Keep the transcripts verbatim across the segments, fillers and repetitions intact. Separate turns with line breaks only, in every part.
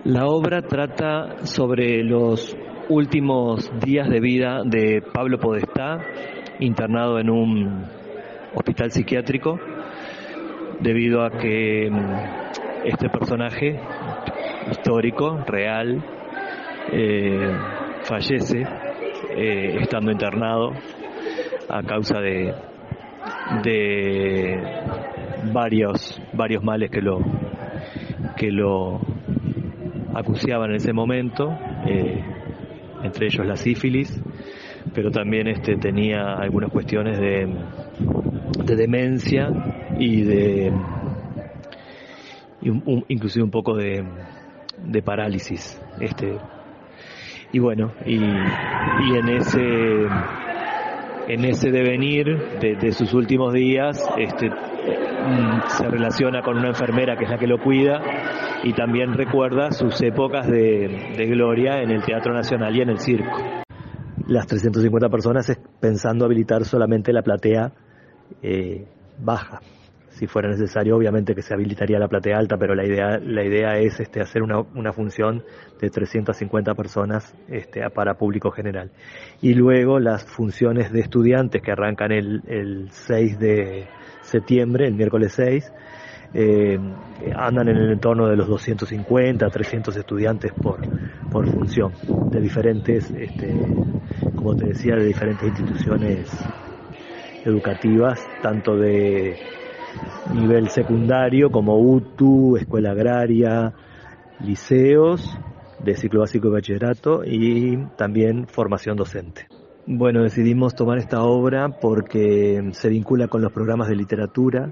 La obra trata sobre los últimos días de vida de Pablo Podestá, internado en un hospital psiquiátrico, debido a que este personaje histórico, real, eh, fallece eh, estando internado a causa de, de varios, varios males que lo, que lo acuciaban en ese momento, eh, entre ellos la sífilis, pero también este tenía algunas cuestiones de, de demencia y de y un, un, inclusive un poco de, de parálisis, este y bueno y, y en ese en ese devenir de, de sus últimos días este se relaciona con una enfermera que es la que lo cuida y también recuerda sus épocas de, de gloria en el Teatro Nacional y en el circo. Las trescientas cincuenta personas es pensando habilitar solamente la platea eh, baja. Si fuera necesario, obviamente que se habilitaría la platea alta, pero la idea la idea es este hacer una, una función de trescientas cincuenta personas este, para público general. Y luego las funciones de estudiantes que arrancan el, el seis de septiembre, el miércoles seis, eh, andan en el entorno de los doscientos cincuenta, trescientos estudiantes por, por función, de diferentes, este, como te decía, de diferentes instituciones educativas, tanto de nivel secundario como U T U, escuela agraria, liceos de ciclo básico y bachillerato y también formación docente. Bueno, decidimos tomar esta obra porque se vincula con los programas de literatura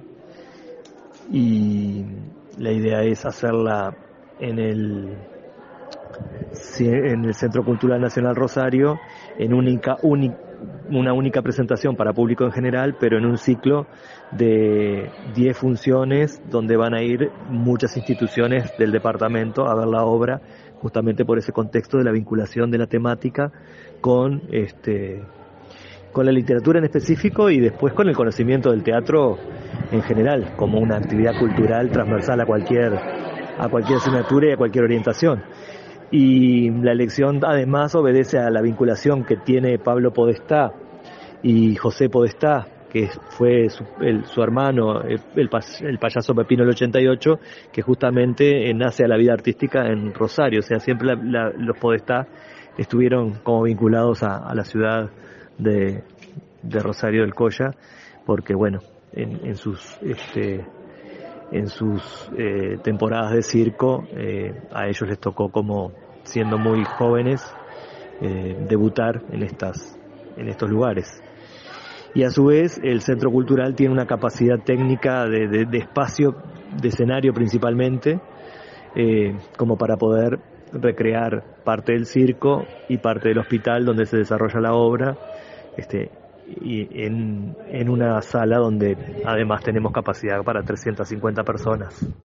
y la idea es hacerla en el, en el Centro Cultural Nacional Rosario en única, única una única presentación para público en general, pero en un ciclo de diez funciones donde van a ir muchas instituciones del departamento a ver la obra, justamente por ese contexto de la vinculación de la temática con este con la literatura en específico y después con el conocimiento del teatro en general, como una actividad cultural transversal a cualquier a cualquier asignatura y a cualquier orientación. Y la elección además obedece a la vinculación que tiene Pablo Podestá y José Podestá, que fue su, el, su hermano, el, el, el payaso Pepino del ochenta y ocho, que justamente nace a la vida artística en Rosario. O sea, siempre la, la, los Podestá estuvieron como vinculados a, a la ciudad de, de Rosario del Colla, porque bueno, en, en sus... este en sus eh, temporadas de circo, eh, a ellos les tocó, como siendo muy jóvenes, eh, debutar en estas en estos lugares. Y a su vez el Centro Cultural tiene una capacidad técnica de, de, de espacio, de escenario principalmente, eh, como para poder recrear parte del circo y parte del hospital donde se desarrolla la obra, este y en, en una sala donde además tenemos capacidad para trescientas cincuenta personas.